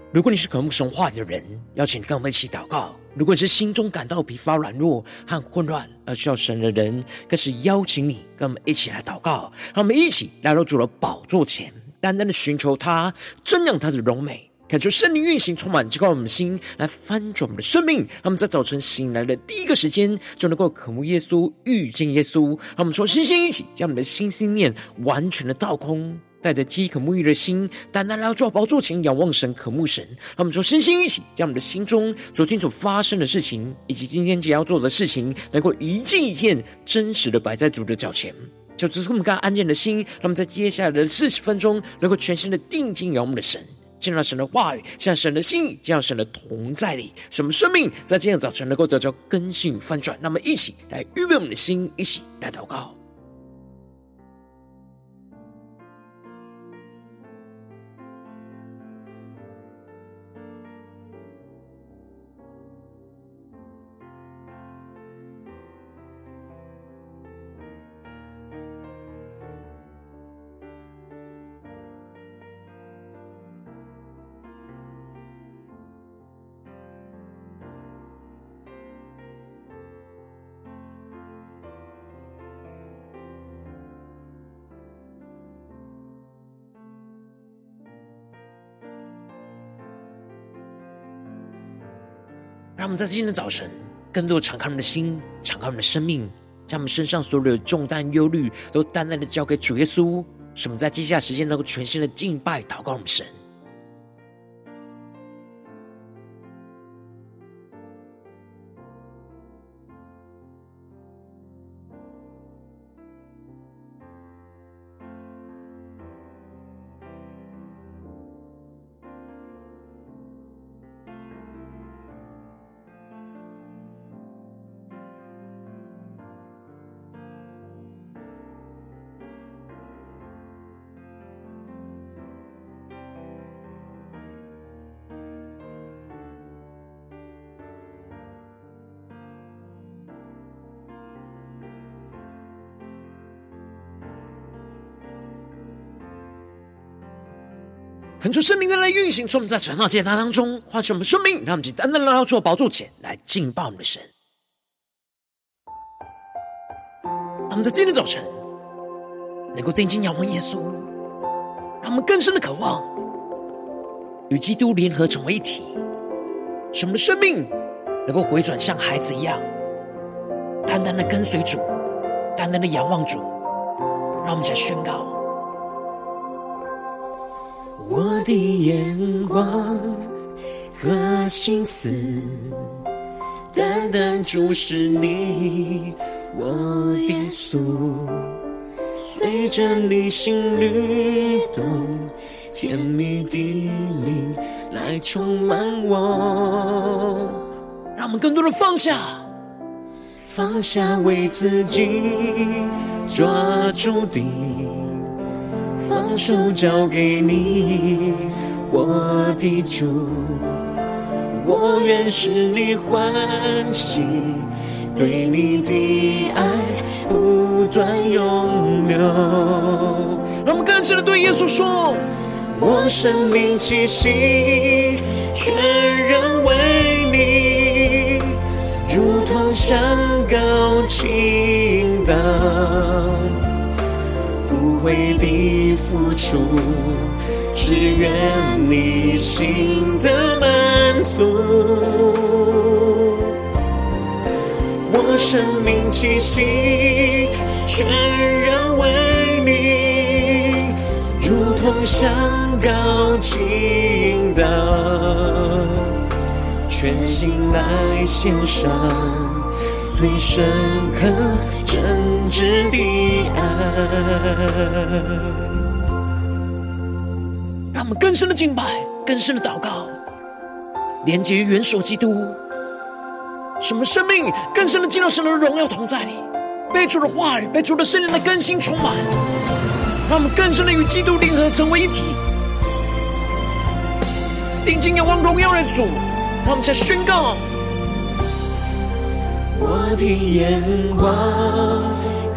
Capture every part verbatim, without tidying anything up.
如果你是渴慕神话语的人，邀请你跟我们一起祷告。如果你是心中感到疲乏软弱和混乱而需要神的人，更是邀请你跟我们一起来祷告。让我们一起来到主的宝座前，单单的寻求他，瞻仰他的荣美，恳求圣灵运行充满浇灌我们的心，来翻转我们的生命。让我们在早晨醒来的第一个时间就能够渴慕耶稣，遇见耶稣。让我们从心心一起将我们的心心念完全的倒空，带着饥渴沐浴的心，单单来到主宝座前仰望神，渴慕神。让我们从身心一起将我们的心中昨天所发生的事情，以及今天将要做的事情，能够一件一件真实的摆在主的脚前。就只是我们刚安静的心，让我们在接下来的四十分钟能够全心的定睛仰望我们的神，见到神的话语，见到神的心意，见到神的同在里，使我们生命在今天早晨能够得到更新与翻转。那么一起来预备我们的心，一起来祷告。让我们在今天的早晨更多敞开我们的心，敞开我们的生命，将我们身上所有的重担忧虑都单单的交给主耶稣，使我们在接下来时间能够全心的敬拜祷告我们神。恳求圣灵的来运行，从我们在晨祷祭坛当中唤醒我们生命，让我们简单的来到主的宝座前来敬拜我们的神。让我们在今天早晨能够定睛仰望耶稣，让我们更深的渴望与基督联合成为一体，使我们的生命能够回转像孩子一样，单单的跟随主，单单的仰望主。让我们一起来宣告：我的眼光和心思单单注视你，我的稣，随着你心律动，甜蜜的灵来充满我。让我们更多的放下，放下为自己抓住的，放手交给你，我的主，我愿使你欢喜，对你的爱不断永留。让我们更深的对耶稣说：我生命气息全然为你，如同香膏倾倒，不悔的付出，只愿你心的满足。我生命气息全然为你，如同香膏倾倒，全心来献上最深刻真挚的爱。让我们更深的敬拜，更深的祷告，连接于元首基督，使我们生命更深的进入神的荣耀同在里，被主的话语，被主的圣灵的更新充满，让我们更深的与基督联合成为一体，定睛仰望荣耀的主。让我们再宣告：我的眼光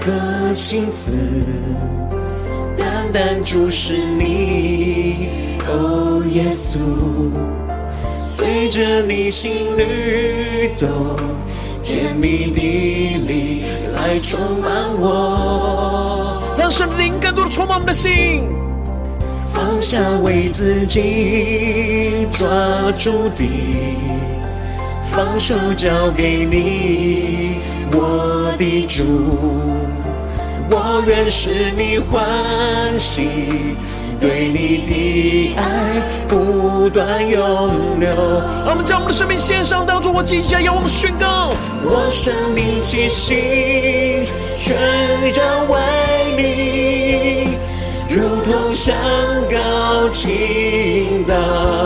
和心思单单注视你，哦， 哦，耶稣，随着你心律动，甜蜜的力来充满我， 让神灵更多的充满我们的心， 放下为自己抓住的，放手交给你，我的主，我愿使你欢喜，对你的爱不断永留。 让我们将我们的生命献上，当作活祭，下要我们宣告： 我生命气息全然为你，如同香膏倾倒，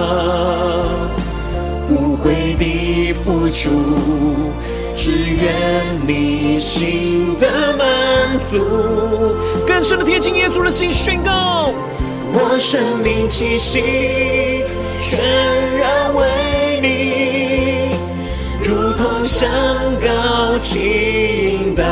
无悔的付出，只愿你心的满足。 更深的贴近耶稣的心，宣告： 我生命气息全然为你，如同香膏倾倒，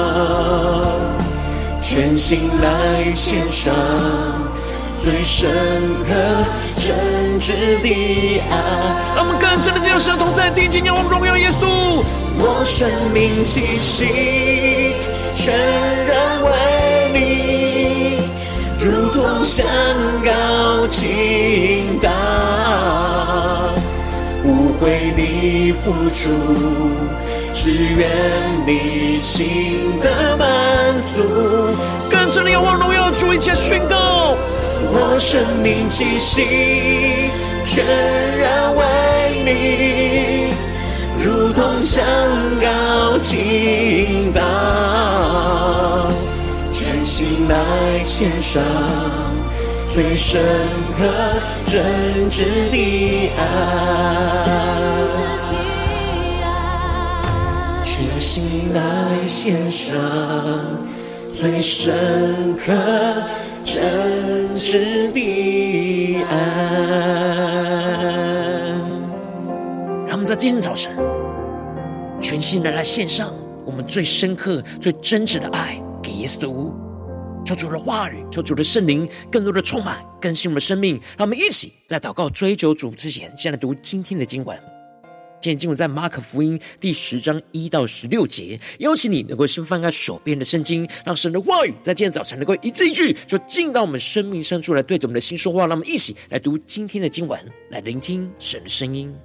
全心来献上最深刻真挚的爱。 让我们更深的进入神同在，定睛仰望荣耀耶稣。 我生命气息全然为你，如同香膏倾倒，无悔的付出，只愿你心的满足。 更深的仰望荣耀主，一切宣告： 我生命气息全然为你，如同香膏倾倒，全心来献上最深刻真挚的爱，全心来献上最深刻真挚的爱。 让我们在今天早晨全心的来献上我们最深刻最真挚的爱给耶稣。求主的话语，求主的圣灵更多的充满更新我们的生命。让我们一起在祷告追求主之前，先来读今天的经文。今天经文在马可福音第十章一到十六节。邀请你能够先翻开手边的圣经，让神的话语在今天早晨能够一字一句就进到我们生命深处来，对着我们的心说话。让我们一起来读今天的经文，来聆听神的声音。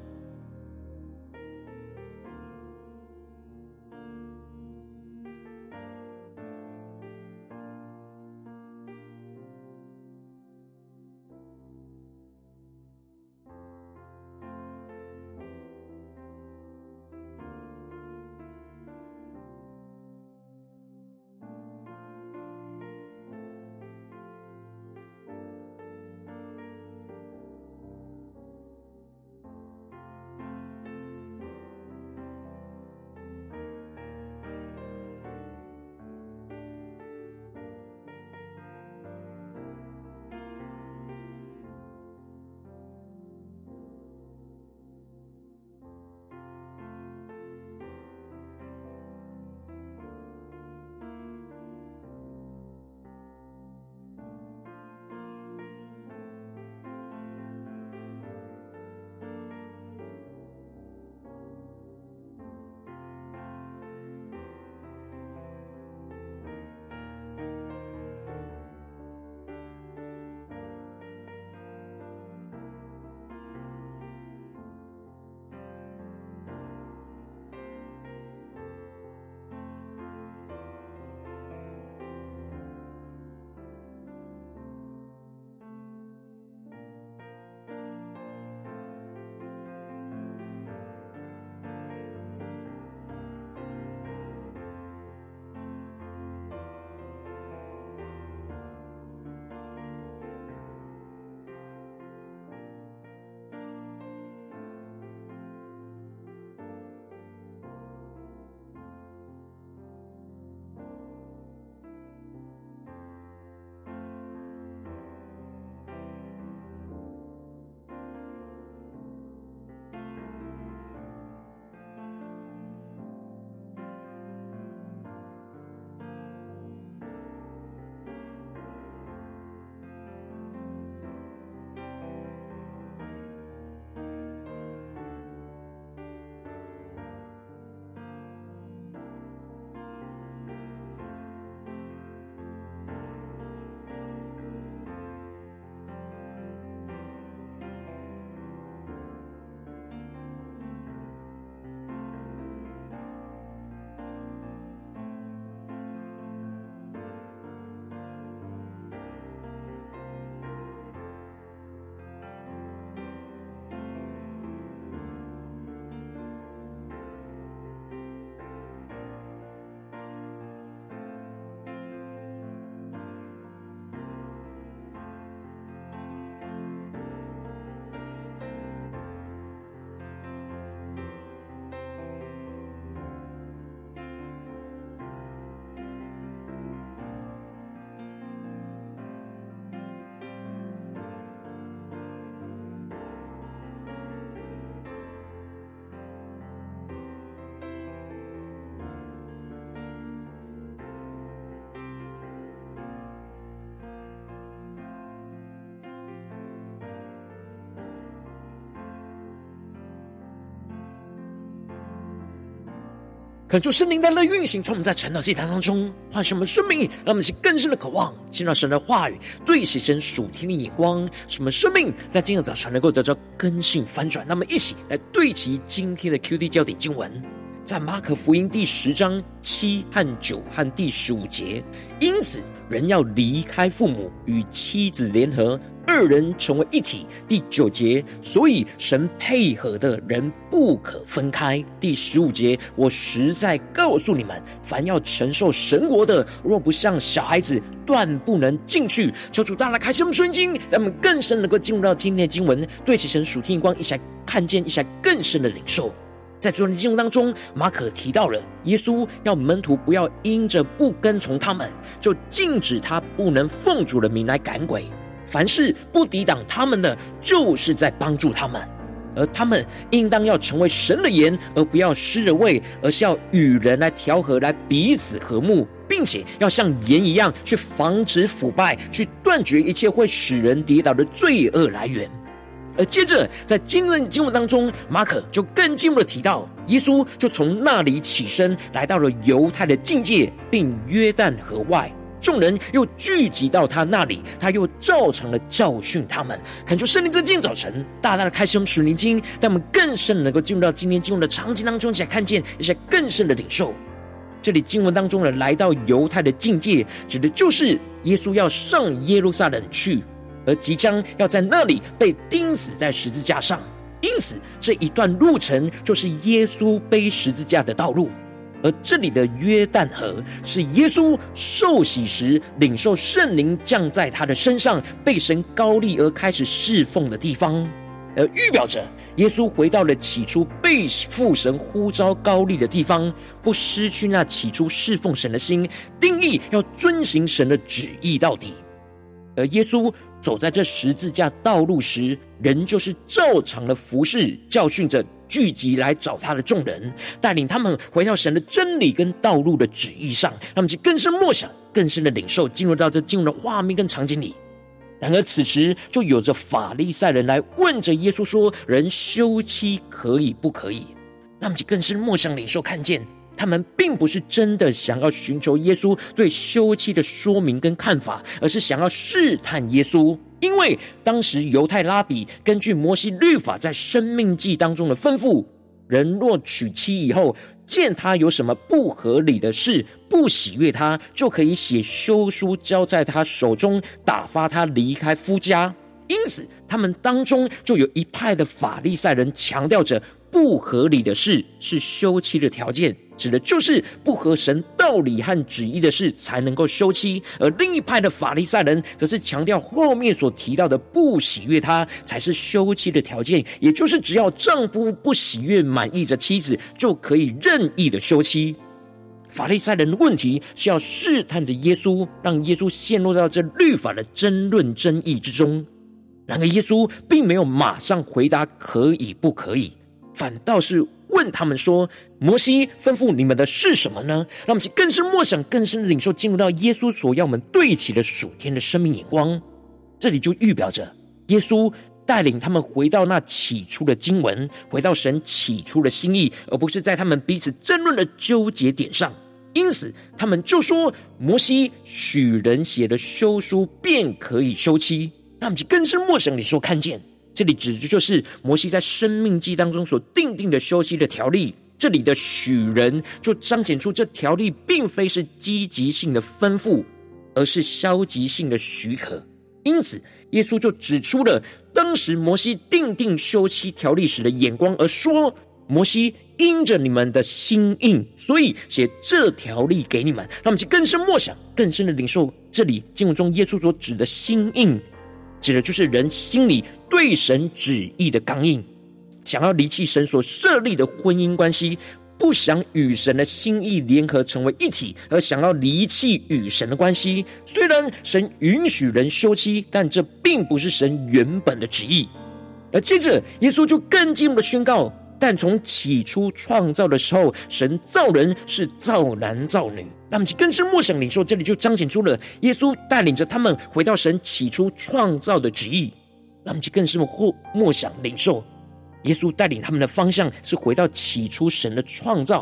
恳求圣灵的运行，从我们在传道祭坛当中唤醒我们生命，让我们去更深的渴望见到神的话语，对齐神属天的眼光，使我们生命在今日早晨能够得到更新翻转。那么一起来对齐今天的 Q D 焦点经文，在马可福音第十章七和九和第十五节。因此人要离开父母，与妻子联合，二人成为一体。第九节，所以神配合的人不可分开。第十五节，我实在告诉你们，凡要承受神国的，若不像小孩子，断不能进去。求主大大开启我们圣经，让我们更深能够进入到今天的经文，对其神属天光，一起来看见，一起来更深的领受。在昨天的经文当中，马可提到了耶稣要门徒不要因着不跟从他们，就禁止他不能奉主的名来赶鬼。凡是不抵挡他们的，就是在帮助他们。而他们应当要成为神的盐，而不要失了味，而是要与人来调和，来彼此和睦，并且要像盐一样去防止腐败，去断绝一切会使人跌倒的罪恶来源。而接着在今日经文当中，马可就更进一步的提到，耶稣就从那里起身，来到了犹太的境界，并约旦河外。众人又聚集到他那里，他又照常的教训他们。恳求圣灵在今天早晨大大的开启我们属灵经，让我们更深能够进入到今天经文的场景当中，一起来看见，一起来更深的领受。这里经文当中的来到犹太的境界，指的就是耶稣要上耶路撒冷去，而即将要在那里被钉死在十字架上。因此这一段路程就是耶稣背十字架的道路。而这里的约旦河是耶稣受洗时领受圣灵降在他的身上，被神膏立而开始侍奉的地方，而预表着耶稣回到了起初被父神呼召膏立的地方，不失去那起初侍奉神的心，定义要遵行神的旨意到底。而耶稣走在这十字架道路时，仍旧是照常的服侍，教训着聚集来找他的众人，带领他们回到神的真理跟道路的旨意上，让他们去更深默想，更深的领受，进入到这进入的画面跟场景里。然而此时就有着法利赛人来问着耶稣说，人休妻可以不可以？让他们去更深默想领受，看见他们并不是真的想要寻求耶稣对休妻的说明跟看法，而是想要试探耶稣。因为当时犹太拉比根据摩西律法在申命记当中的吩咐，人若娶妻以后见他有什么不合理的事，不喜悦他，就可以写休书交在他手中，打发他离开夫家。因此他们当中就有一派的法利赛人强调着不合理的事是休妻的条件，指的就是不合神道理和旨意的事才能够休妻。而另一派的法利赛人则是强调后面所提到的不喜悦他才是休妻的条件，也就是只要丈夫不喜悦满意着妻子，就可以任意的休妻。法利赛人的问题是要试探着耶稣，让耶稣陷入到这律法的争论争议之中。然而耶稣并没有马上回答可以不可以，反倒是问他们说，摩西吩咐你们的是什么呢？让我们更深默想，更深的领受，进入到耶稣所要我们对齐的属天的生命眼光。这里就预表着耶稣带领他们回到那起初的经文，回到神起初的心意，而不是在他们彼此争论的纠结点上。因此他们就说，摩西许人写的休书便可以休妻。让我们更深默想领受，看见这里指的就是摩西在申命记当中所定定的休妻的条例。这里的许人就彰显出这条例并非是积极性的吩咐，而是消极性的许可。因此耶稣就指出了当时摩西定定休妻条例时的眼光，而说，摩西因着你们的心硬，所以写这条例给你们。让我们更深默想，更深的领受这里经文中耶稣所指的心硬，指的就是人心里对神旨意的刚硬，想要离弃神所设立的婚姻关系，不想与神的心意联合成为一体，而想要离弃与神的关系。虽然神允许人休妻，但这并不是神原本的旨意。而接着耶稣就更进一步的宣告，但从起初创造的时候，神造人是造男造女。那么更深默想领受，这里就彰显出了耶稣带领着他们回到神起初创造的旨意。那么更深默想领受，耶稣带领他们的方向是回到起初神的创造，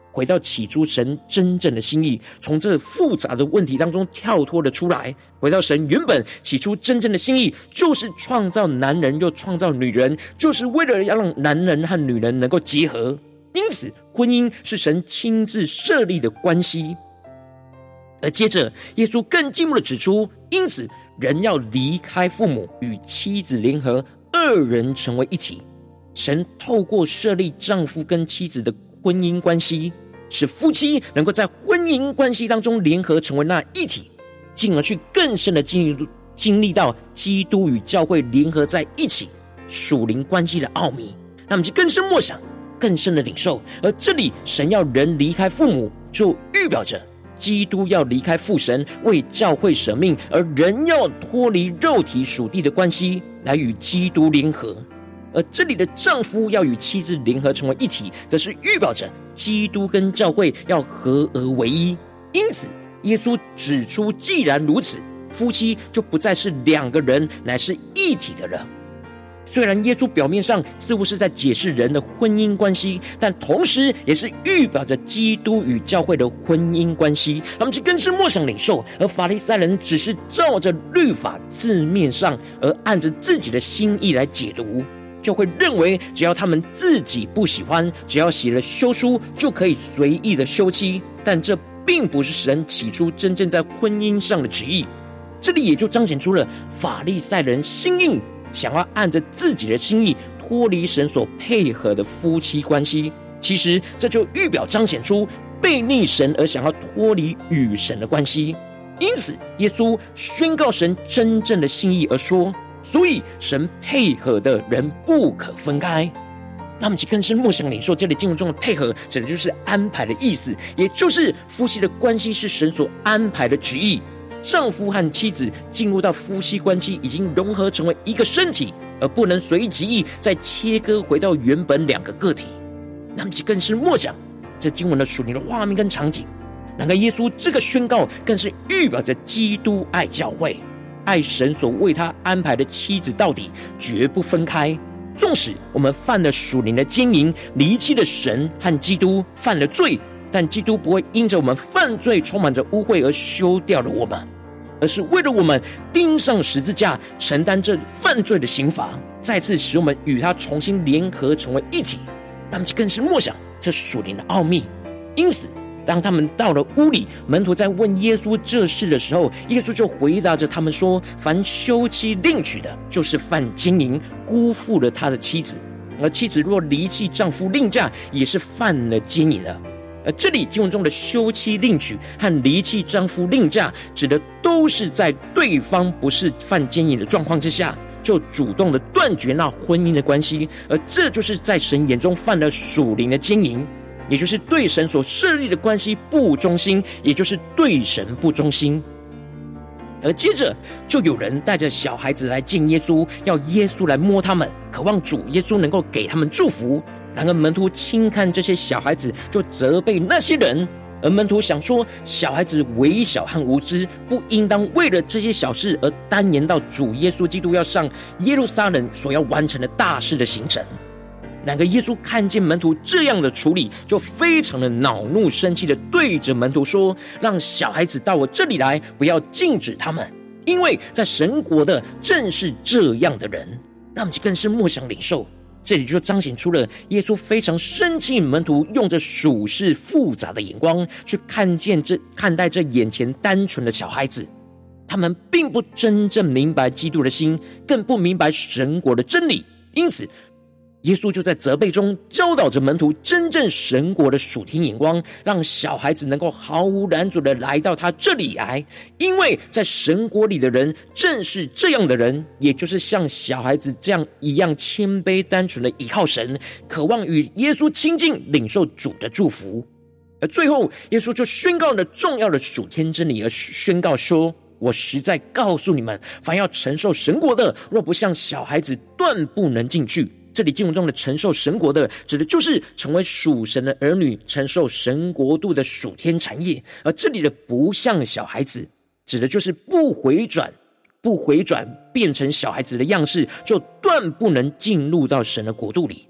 回到起初神真正的心意，从这复杂的问题当中跳脱了出来，回到神原本起初真正的心意，就是创造男人又创造女人，就是为了要让男人和女人能够结合。因此婚姻是神亲自设立的关系。而接着耶稣更进一步的指出，因此人要离开父母，与妻子联合，二人成为一体。神透过设立丈夫跟妻子的婚姻关系，使夫妻能够在婚姻关系当中联合成为那一体，进而去更深的经历经历到基督与教会联合在一起属灵关系的奥秘，那么就更深默想，更深的领受。而这里神要人离开父母，就预表着基督要离开父神，为教会舍命，而人要脱离肉体属地的关系，来与基督联合。而这里的丈夫要与妻子联合成为一体，则是预表着基督跟教会要合而为一。因此耶稣指出，既然如此，夫妻就不再是两个人，乃是一体的了。虽然耶稣表面上似乎是在解释人的婚姻关系，但同时也是预表着基督与教会的婚姻关系。他们就更是默想领受，而法利赛人只是照着律法字面上，而按着自己的心意来解读，就会认为只要他们自己不喜欢，只要写了休书就可以随意的休妻。但这并不是神起初真正在婚姻上的旨意。这里也就彰显出了法利赛人心硬，想要按着自己的心意脱离神所配合的夫妻关系。其实这就预表彰显出背逆神而想要脱离与神的关系。因此耶稣宣告神真正的心意，而说，所以神配合的人不可分开。那么更是默想领受这里经文中的配合，指的就是安排的意思，也就是夫妻的关系是神所安排的旨意。丈夫和妻子进入到夫妻关系，已经融合成为一个身体，而不能随其意再切割回到原本两个个体。那么更是默想这经文的属灵的画面跟场景。然而耶稣这个宣告更是预表着基督爱教会，爱神所为他安排的妻子到底，绝不分开。纵使我们犯了属灵的奸淫，离弃了神和基督，犯了罪，但基督不会因着我们犯罪充满着污秽而休掉了我们，而是为了我们钉上十字架，承担这犯罪的刑罚，再次使我们与他重新联合成为一体。那么就更是默想这属灵的奥秘。因此当他们到了屋里，门徒在问耶稣这事的时候，耶稣就回答着他们说，凡休妻另娶的，就是犯奸淫，辜负了他的妻子；而妻子若离弃丈夫另嫁，也是犯了奸淫了。而这里经文中的休妻另娶和离弃丈夫另嫁，指的都是在对方不是犯奸淫的状况之下，就主动的断绝那婚姻的关系，而这就是在神眼中犯了属灵的奸淫，也就是对神所设立的关系不忠心，也就是对神不忠心。而接着就有人带着小孩子来见耶稣，要耶稣来摸他们，渴望主耶稣能够给他们祝福。然而门徒轻看这些小孩子，就责备那些人。而门徒想说，小孩子微小和无知，不应当为了这些小事而单言到主耶稣基督要上耶路撒冷所要完成的大事的行程。然而耶稣看见门徒这样的处理，就非常的恼怒生气的对着门徒说，让小孩子到我这里来，不要禁止他们，因为在神国的正是这样的人。让我们更是默想领受，这里就彰显出了耶稣非常生气门徒用着属世复杂的眼光去看见这看待这眼前单纯的小孩子，他们并不真正明白基督的心，更不明白神国的真理。因此耶稣就在责备中教导着门徒真正神国的属天眼光，让小孩子能够毫无拦阻的来到他这里来，因为在神国里的人正是这样的人，也就是像小孩子这样一样谦卑单纯的依靠神，渴望与耶稣亲近，领受主的祝福。而最后耶稣就宣告了重要的属天真理，而宣告说，我实在告诉你们，凡要承受神国的，若不像小孩子，断不能进去。这里经文中的承受神国的，指的就是成为属神的儿女，承受神国度的属天产业。而这里的不像小孩子，指的就是不回转不回转变成小孩子的样式，就断不能进入到神的国度里。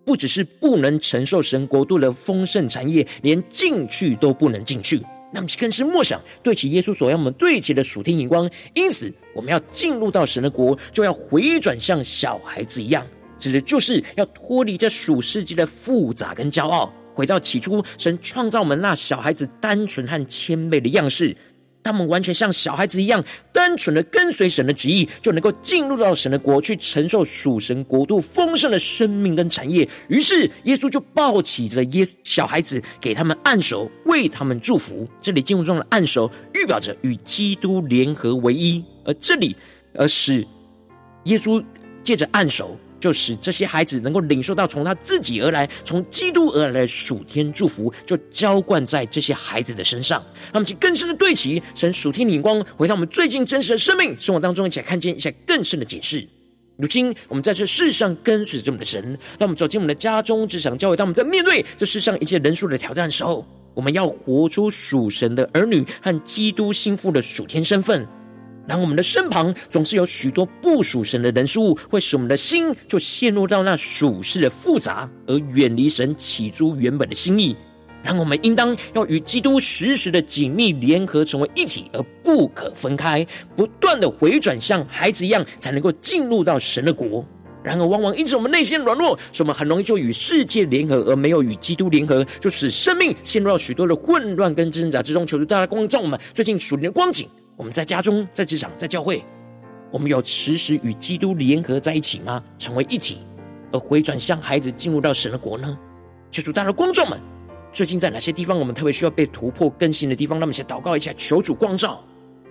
不只是不能承受神国度的丰盛产业，连进去都不能进去。那么更是默想对齐耶稣所要我们对齐的属天眼光，因此我们要进入到神的国，就要回转像小孩子一样，指的就是要脱离这属世界的复杂跟骄傲，回到起初神创造我们那小孩子单纯和谦卑的样式。当我们完全像小孩子一样单纯的跟随神的旨意，就能够进入到神的国，去承受属神国度丰盛的生命跟产业。于是耶稣就抱起着耶小孩子，给他们按手，为他们祝福。这里经文中的按手预表着与基督联合为一，而这里而使耶稣借着按手，就使这些孩子能够领受到从他自己而来，从基督而来的属天祝福，就浇灌在这些孩子的身上。让我们更深的对齐神属天的眼光，回到我们最近真实的生命生活当中，一起来看见一下更深的解释。如今我们在这世上跟随着我们的神，当我们走进我们的家中、职场、教会，当我们在面对这世上一切人数的挑战的时候，我们要活出属神的儿女和基督心腹的属天身份。然后我们的身旁总是有许多不属神的人事物，会使我们的心就陷入到那属世的复杂，而远离神起初原本的心意。然后我们应当要与基督时时的紧密联合，成为一体而不可分开，不断的回转像孩子一样，才能够进入到神的国。然而往往因此我们内心软弱，使我们很容易就与世界联合，而没有与基督联合，就使生命陷入到许多的混乱跟挣扎之中。求主大家光照我们最近属灵的光景，我们在家中、在职场、在教会，我们有时时与基督联合在一起吗？成为一体，而回转向孩子进入到神的国呢？求主大家的光照们，最近在哪些地方我们特别需要被突破更新的地方？让我们先祷告一下，求主光照。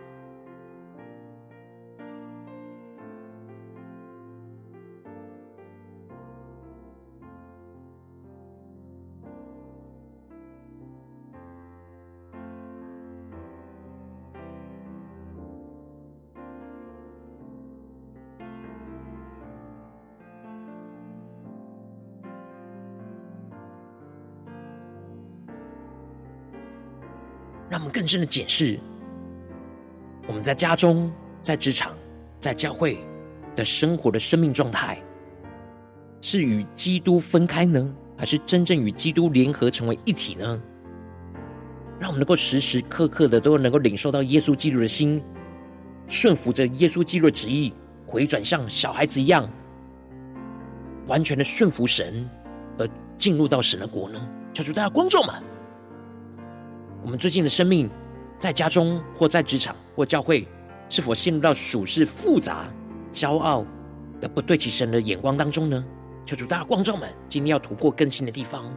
让我们更深的检视我们在家中、在职场、在教会的生活的生命状态，是与基督分开呢，还是真正与基督联合成为一体呢？让我们能够时时刻刻的都能够领受到耶稣基督的心，顺服着耶稣基督的旨意，回转像小孩子一样，完全的顺服神，而进入到神的国呢？求主大家光照们，我们最近的生命，在家中或在职场或教会，是否陷入到属世复杂、骄傲而不对齐神的眼光当中呢？求主大家光照们，今天要突破更新的地方。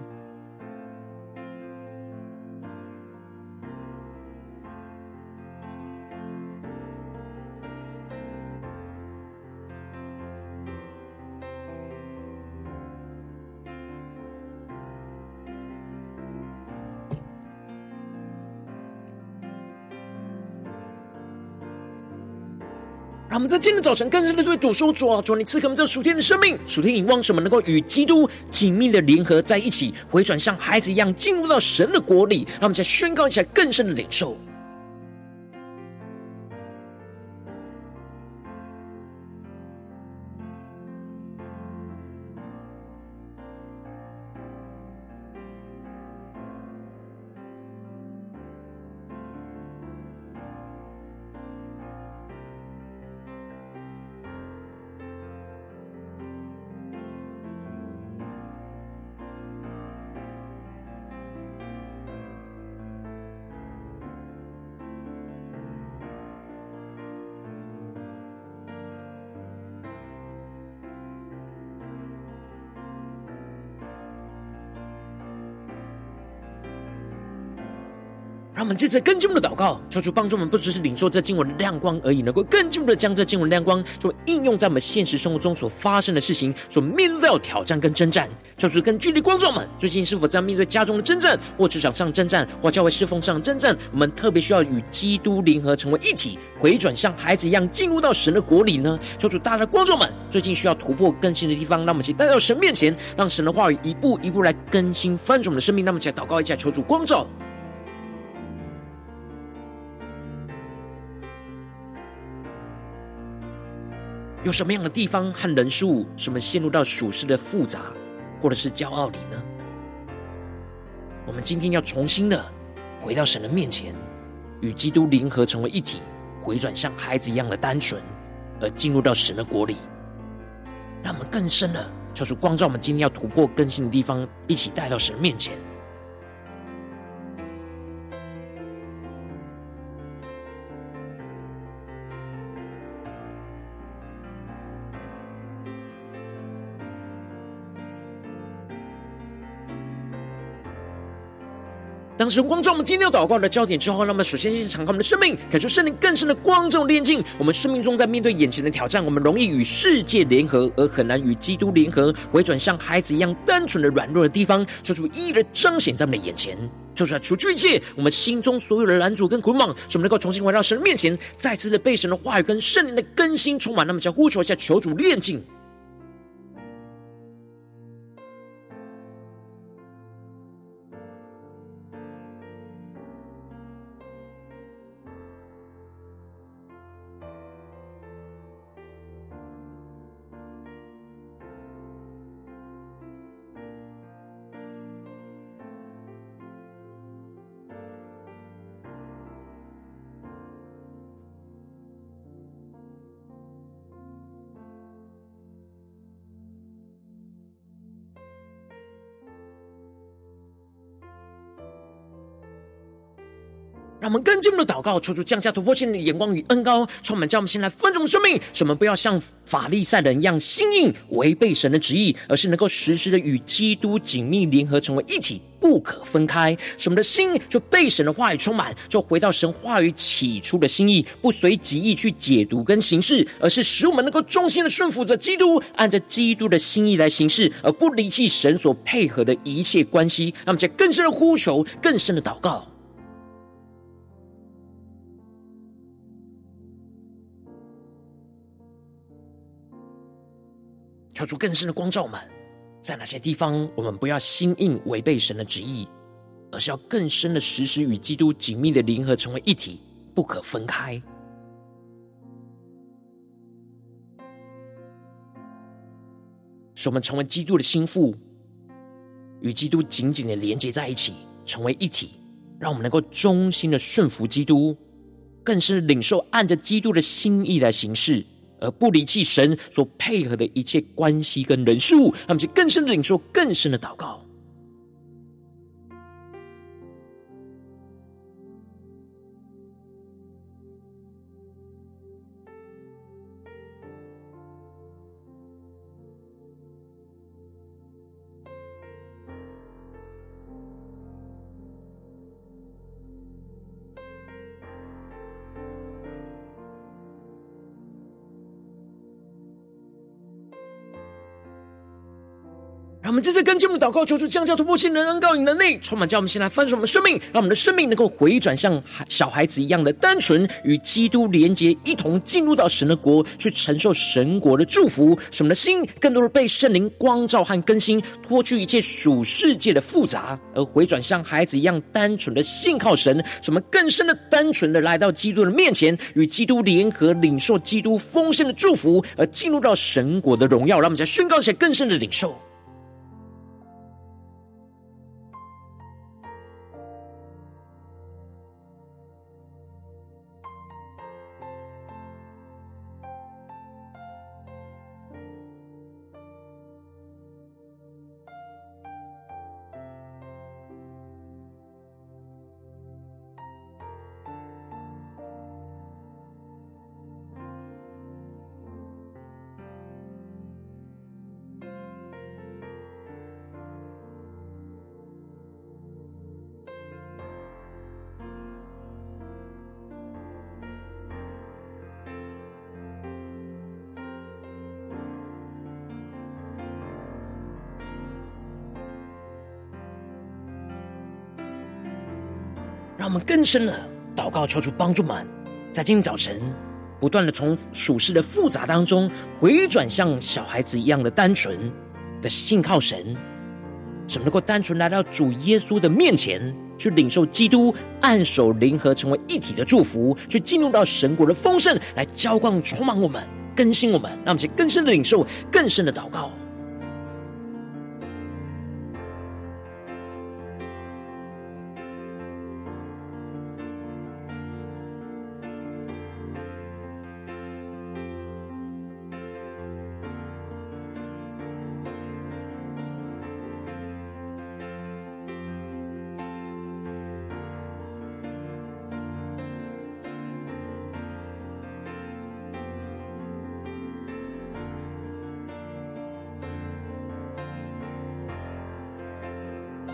让我们在今天的早晨更深的对主说：主啊，主啊，你赐给我们这属天的生命、属天眼光，使我们能够与基督紧密的联合在一起，回转像孩子一样进入到神的国里。让我们再宣告一下更深的领受。让我们接着更进一步的祷告，求主帮助我们，不只是领受这经文的亮光而已，能够更进一步的将这经文亮光就应用在我们现实生活中所发生的事情，所面对到的挑战跟征战。求主跟距离观众们，最近是否在面对家中的征战，或职场上征战，或教会侍奉上的征战，我们特别需要与基督联合成为一体，回转像孩子一样进入到神的国里呢？求主大家的观众们，最近需要突破更新的地方，让我们一起带到神面前，让神的话语一步一步来更新翻转我们的生命。让我们一起来祷告一下，求主光照。有什么样的地方和人事物，使我们陷入到属世的复杂， 或者是骄傲里呢？我们今天要重新的回到神的面前，与基督联合成为一体，回转像孩子一样的单纯，而进入到神的国里，让我们更深的求主光照我们今天要突破更新的地方，一起带到神面前。当神光照我们今天要祷告的焦点之后，让我们首先先敞开我们的生命，感受圣灵更深的光照炼净我们生命中在面对眼前的挑战，我们容易与世界联合，而很难与基督联合，回转像孩子一样单纯的软弱的地方，求主一一的彰显在我们的眼前，求主来除去一切我们心中所有的拦阻跟捆绑，使我们能够重新回到神的面前，再次的被神的话语跟圣灵的更新充满。那么想呼求一下，求主炼净。让我们更进一步的祷告，求主降下突破性的眼光与恩膏，充满将我们先来分盛生命，使我们不要像法利赛人一样心硬违背神的旨意，而是能够时时的与基督紧密联合，成为一体，不可分开。使我们的心就被神的话语充满，就回到神话语起初的心意，不随己意去解读跟行事，而是使我们能够忠心的顺服着基督，按着基督的心意来行事，而不离弃神所配合的一切关系。让我们在更深的呼求，更深的祷告。求主更深的光照我们，在哪些地方我们不要心硬违背神的旨意，而是要更深的时时与基督紧密的联合，成为一体，不可分开。使我们成为基督的心腹，与基督紧紧的连接在一起，成为一体，让我们能够忠心的顺服基督，更是领受按着基督的心意来行事，而不离弃神所配合的一切关系跟人事物，让我们去更深的领受，更深的祷告。让我们这次跟进我们的祷告，求主降下突破性的恩膏与能力，充满叫我们先来翻转我们生命，让我们的生命能够回转像小孩子一样的单纯，与基督连结，一同进入到神的国，去承受神国的祝福，使我们的心更多的被圣灵光照和更新，脱去一切属世界的复杂，而回转像孩子一样单纯的信靠神，使我们更深的单纯的来到基督的面前，与基督联合，领受基督丰盛的祝福，而进入到神国的荣耀。让我们再宣告起来，更深的领受。让我们更深的祷告，求主帮助们在今天早晨不断的从属世的复杂当中回转向小孩子一样的单纯的信靠神，使我们能够单纯来到主耶稣的面前，去领受基督按手联合成为一体的祝福，去进入到神国的丰盛，来浇灌充满我们，更新我们。让我们去更深的领受，更深的祷告。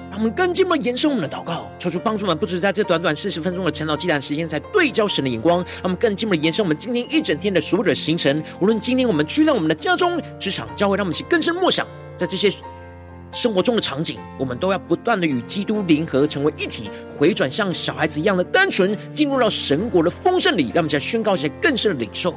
让我们更进一步地延伸我们的祷告，求主帮助我们，不只是在这短短四十分钟的晨祷祭坛时间才对焦神的眼光，让我们更进一步地延伸我们今天一整天的所有的行程。无论今天我们去到我们的家中、职场、教会，让我们一起更深默想，在这些生活中的场景，我们都要不断的与基督联合，成为一体，回转像小孩子一样的单纯，进入到神国的丰盛里。让我们再宣告一些更深的领受。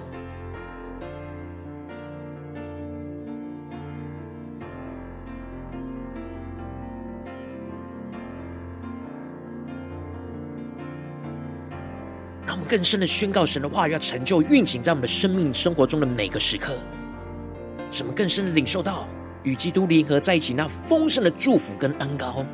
让我们更深的宣告神的话语要成就运行在我们的生命生活中的每个时刻，使我们更深的领受到与基督联合在一起那丰盛的祝福跟恩膏。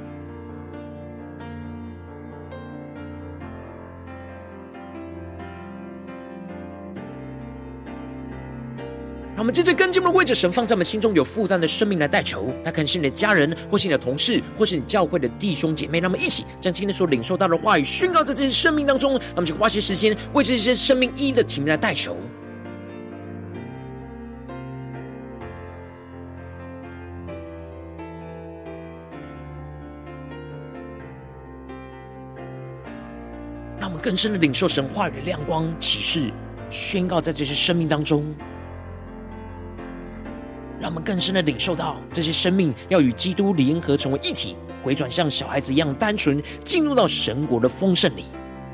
让我们接着更进一步的为着神放在我们心中有负担的生命来代求，他可能是你的家人，或是你的同事，或是你教会的弟兄姐妹。让我们一起将今天所领受到的话语宣告在这些生命当中，让我们去花些时间为这些生命一一的题目来代求。让我们更深的领受神话语的亮光启示，宣告在这些生命当中。让我们更深的领受到这些生命要与基督联合成为一体，回转像小孩子一样单纯，进入到神国的丰盛里。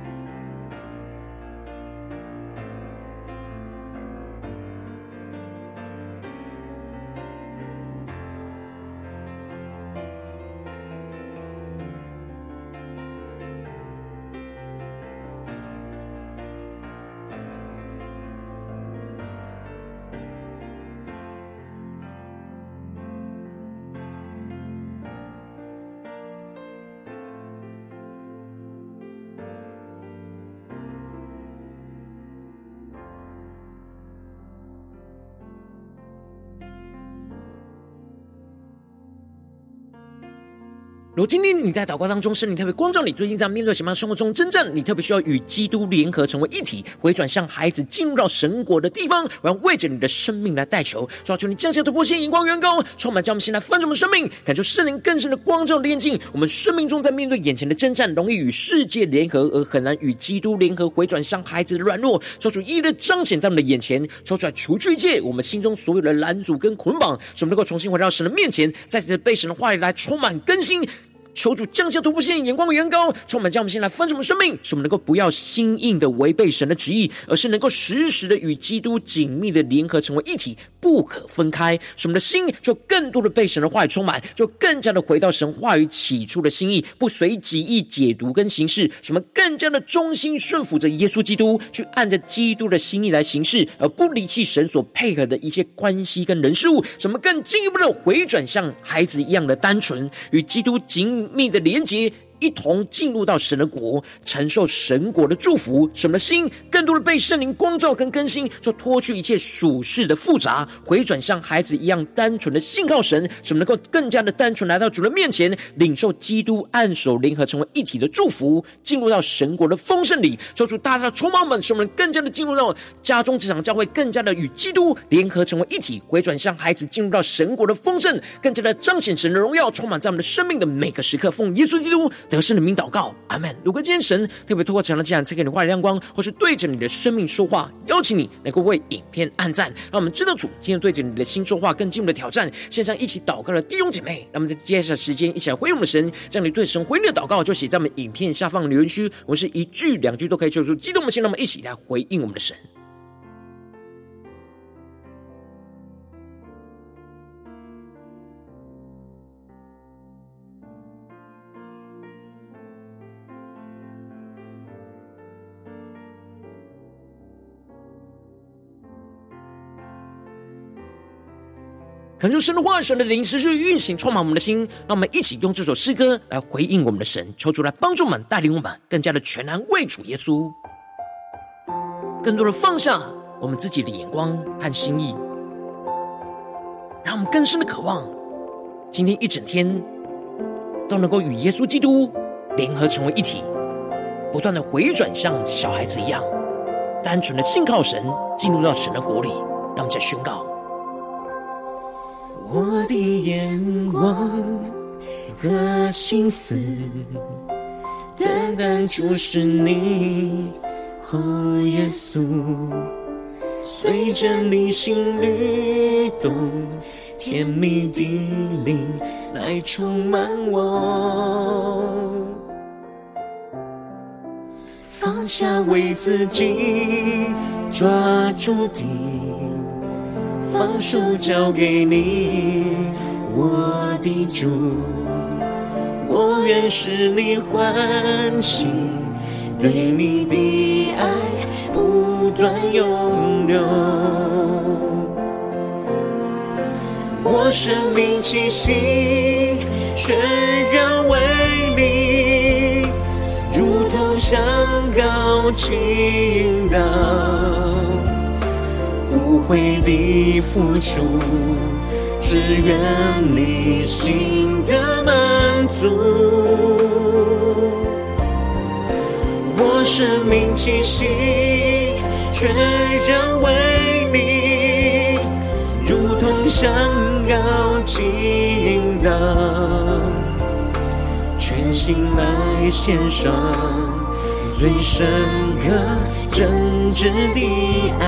如果今天你在祷告当中，圣灵特别光照你，最近在面对什么样生活中征战，你特别需要与基督联合成为一体，回转向孩子进入到神国的地方，我要为着你的生命来代求，主要求你降下突破性眼光远高，充满将我们现在翻转我们生命，感受圣灵更深的光照炼净我们生命中，在面对眼前的征战，容易与世界联合而很难与基督联合，回转向孩子的软弱，求主一一的彰显在我们的眼前，抽出来除去一切我们心中所有的拦阻跟捆绑，使我们能够重新回到神的面前，再次被神的话语来充满更新。求主降下突破性眼光的远高，充满将我们先来分盛我们生命，使我们能够不要心硬的违背神的旨意，而是能够时时的与基督紧密的联合成为一体，不可分开。使我们的心就更多的被神的话语充满，就更加的回到神话语起初的心意，不随己意解读跟行事，使我们更加的忠心顺服着耶稣基督，去按着基督的心意来行事，而不离弃神所配合的一切关系跟人事物。使我们更进一步的回转像孩子一样的单纯，与基督紧密的连结，一同进入到神的国，承受神国的祝福。使我们的心更多的被圣灵光照跟更新，就脱去一切属世的复杂，回转像孩子一样单纯的信靠神，使我们能够更加的单纯来到主的面前，领受基督按手联合成为一体的祝福，进入到神国的丰盛里。求主大大的充满我们，使我们更加的进入到家中职场教会，更加的与基督联合成为一体，回转像孩子进入到神国的丰盛，更加的彰显神的荣耀，充满在我们的生命的每个时刻。奉耶稣基督得胜的名祷告，阿们。如果今天神特别透过这样的这样赐给你话语亮光，或是对着你的生命说话，邀请你能够为影片按赞，让我们知道主今天对着你的心说话，更进一步的挑战。线上一起祷告的弟兄姐妹，让我们在接下来时间一起来回应我们的神，将你对神回应的祷告就写在我们影片下方留言区，我们是一句两句都可以求出激动的心，让我们一起来回应我们的神。恳求神的话语，神的灵持续运行充满我们的心，让我们一起用这首诗歌来回应我们的神，求主来帮助我们，带领我们更加的全然为主耶稣，更多的放下我们自己的眼光和心意，让我们更深的渴望今天一整天都能够与耶稣基督联合成为一体，不断的回转像小孩子一样单纯的信靠神，进入到神的国里。让我们再宣告， 我的眼光和心思，单单注视你，哦，耶稣，随着你心律动，甜蜜的灵来充满我，放下为自己抓住的，放手交给你，我的主，我愿使你欢喜，对你的爱不断涌流，我生命气息全然为你，如同香膏倾倒，无悔的付出，只愿你心的满足，我生命气息全然为你，如同香膏倾倒，全心来献上最深刻真挚的爱。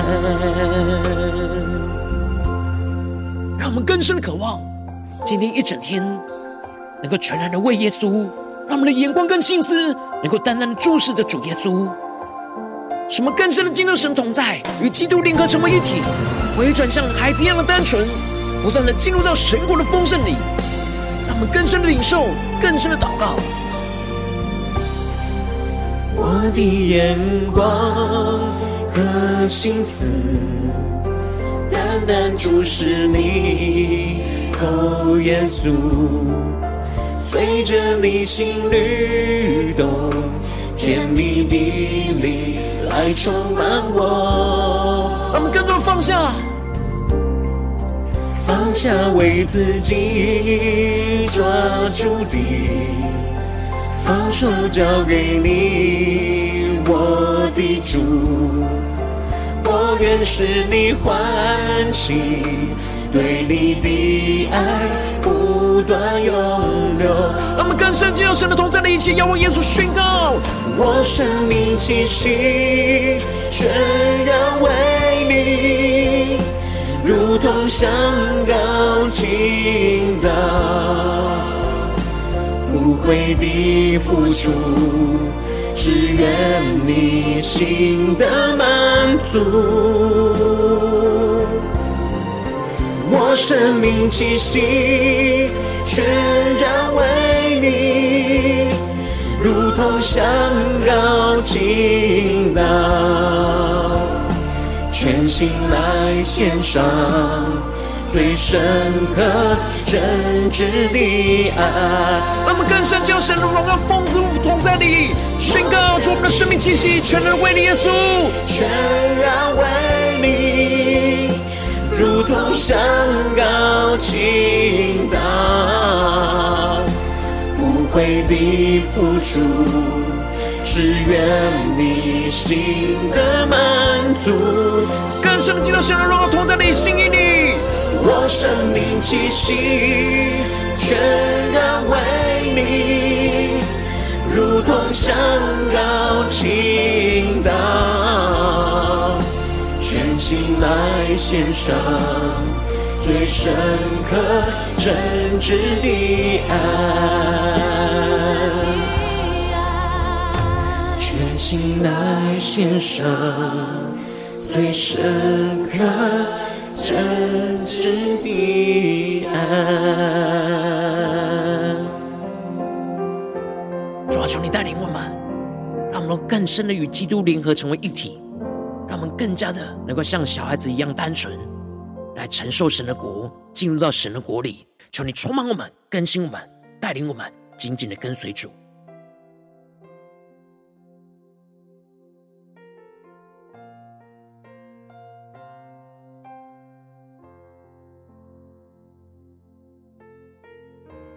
让我们更深的渴望今天一整天能够全然的为耶稣，让我们的眼光跟心思能够单单的注视着主耶稣，使我们更深的进入神同在，与基督联合成为一体，回转向孩子一样的单纯，不断的进入到神国的丰盛里，让我们更深的领受，更深的祷告。 我的眼光和心思单单注视你，哦，耶稣，随着你心律动，甜蜜的灵来充满我， 让我们更多的放下， 放下为自己抓住的，放手交给你，我的主，我愿使你欢喜，对你的爱不断涌流， 让我们更深进入神的同在的一切，要为耶稣宣告， 我生命气息全然为你，如同香膏倾倒，无悔的付出，只愿你心的满足，我生命气息全然为你，如同香膏倾倒，全心来献上最深刻真挚的爱。 让我们更深将神的荣耀丰足同在里宣告出我们的生命气息全然为你耶稣， 全然为你，如同香膏倾倒，无悔的付出，只愿你心的满足， 更深的进到神的荣耀同在里心意里， 我生命气息全然为你，如同香膏倾倒，全心来献上最深刻真挚的爱，全心来献上最深刻真挚的爱。 主啊，求你带领我们，让我们更深的与基督联合成为一体，让我们更加的能够像小孩子一样单纯，来承受神的国，进入到神的国里。求你充满我们，更新我们，带领我们紧紧的跟随主。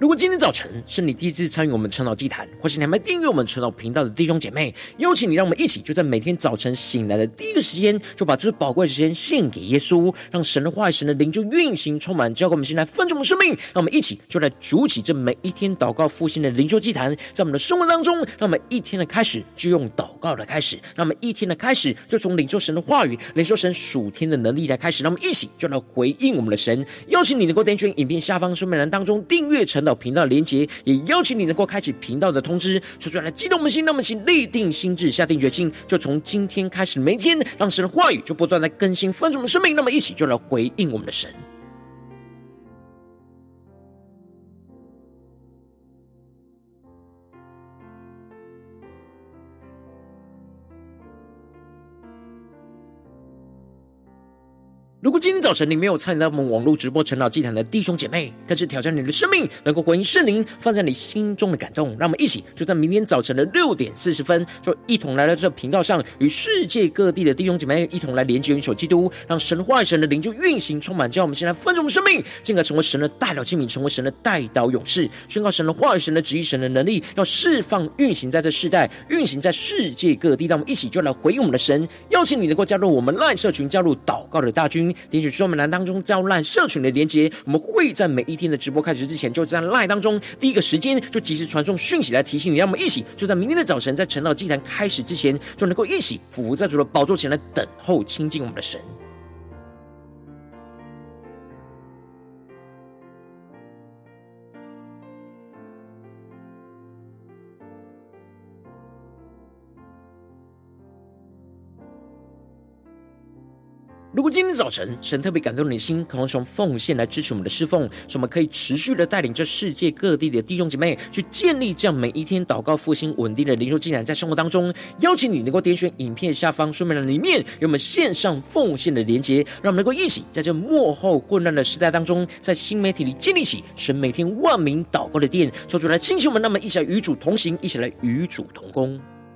如果今天早晨是你第一次参与我们晨祷祭坛，或是你还没订阅我们晨祷频道的弟兄姐妹，邀请你让我们一起就在每天早晨醒来的第一个时间，就把这宝贵的时间献给耶稣，让神的话语、神的灵就运行充满，交给我们现在分盛我们生命。让我们一起就来主起这每一天祷告复兴的灵修祭坛，在我们的生活当中，让我们一天的开始就用祷告的开始，让我们一天的开始就从领受神的话语、领受神属天的能力来开始。让我们一起就来回应我们的神。邀请你能够点选影片下方说明栏当中订阅晨祷频道的连结，也邀请你能够开启频道的通知，说出来激动我们的心。让我们请立定心志，下定决心，就从今天开始每一天，让神的话语就不断的更新分盛我们的生命。那么一起就来回应我们的神。如果今天早晨你没有参与到我们网络直播晨祷祭坛的弟兄姐妹，更是挑战你的生命，能够回应圣灵放在你心中的感动。让我们一起就在明天早晨的六点四十分，就一同来到这频道上，与世界各地的弟兄姐妹一同来连接元首基督，让神话语、神的灵就运行充满，叫我们现在分盛我们生命，进而成为神的代表器皿，成为神的代祷勇士，宣告神的话语、神的旨意、神的能力，要释放运行在这世代，运行在世界各地。让我们一起就来回应我们的神。邀请你能够加入我们 LINE 社群，加入祷告的大军，点取说明栏当中加入 LINE 社群的连结。我们会在每一天的直播开始之前，就在 LINE 当中第一个时间就及时传送讯息来提醒你。让我们一起就在明天的早晨，在晨祷祭坛开始之前，就能够一起俯伏在主的宝座前来等候亲近我们的神。如果今天早晨神特别感动你的心，渴望从奉献来支持我们的侍奉，使我们可以持续的带领这世界各地的弟兄姐妹去建立这样每一天祷告复兴稳定的灵修进展，在生活当中邀请你能够点选影片下方说明栏里面有我们线上奉献的连结，让我们能够一起在这末后混乱的时代当中，在新媒体里建立起神每天万名祷告的殿，求主来亲近我们，那么一起来与主同行，一起来与主同工。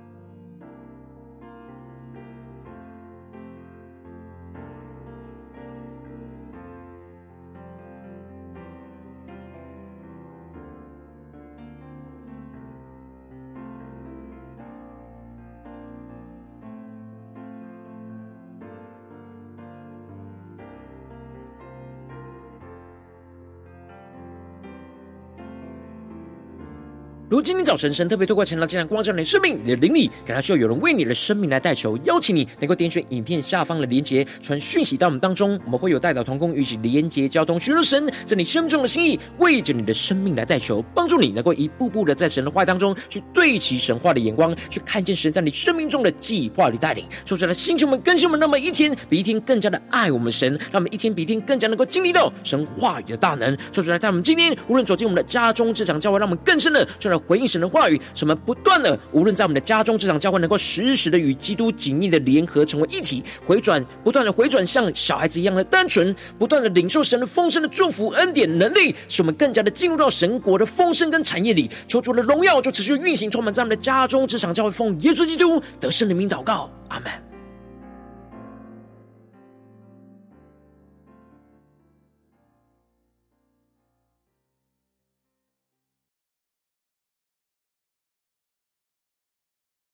如果今天早晨神特别透过晨祷祭坛光照你的生命，你的灵里感到需要有人为你的生命来代求，邀请你能够点选影片下方的连结，传讯息到我们当中，我们会有代祷同工与其连结交通，寻求神在你生命中的心意，为着你的生命来代求，帮助你能够一步步的在神的话语当中去对齐神话的眼光，去看见神在你生命中的计划与带领。说出来的星球们更新我们，那么一天比一天更加的爱我们神，让我们一天比一天更加能够经历到神话语的大能。说出来，在我们今天无论走进我们的家中职场教会，让我们更深的就来回应神的话语，使我们不断的无论在我们的家中职场教会能够时时的与基督紧密的联合成为一体，回转不断的回转像小孩子一样的单纯，不断的领受神的丰盛的祝福恩典能力，使我们更加的进入到神国的丰盛跟产业里。求主的荣耀就持续运行充满在我们的家中职场教会，奉耶稣基督得胜的名祷告，阿们。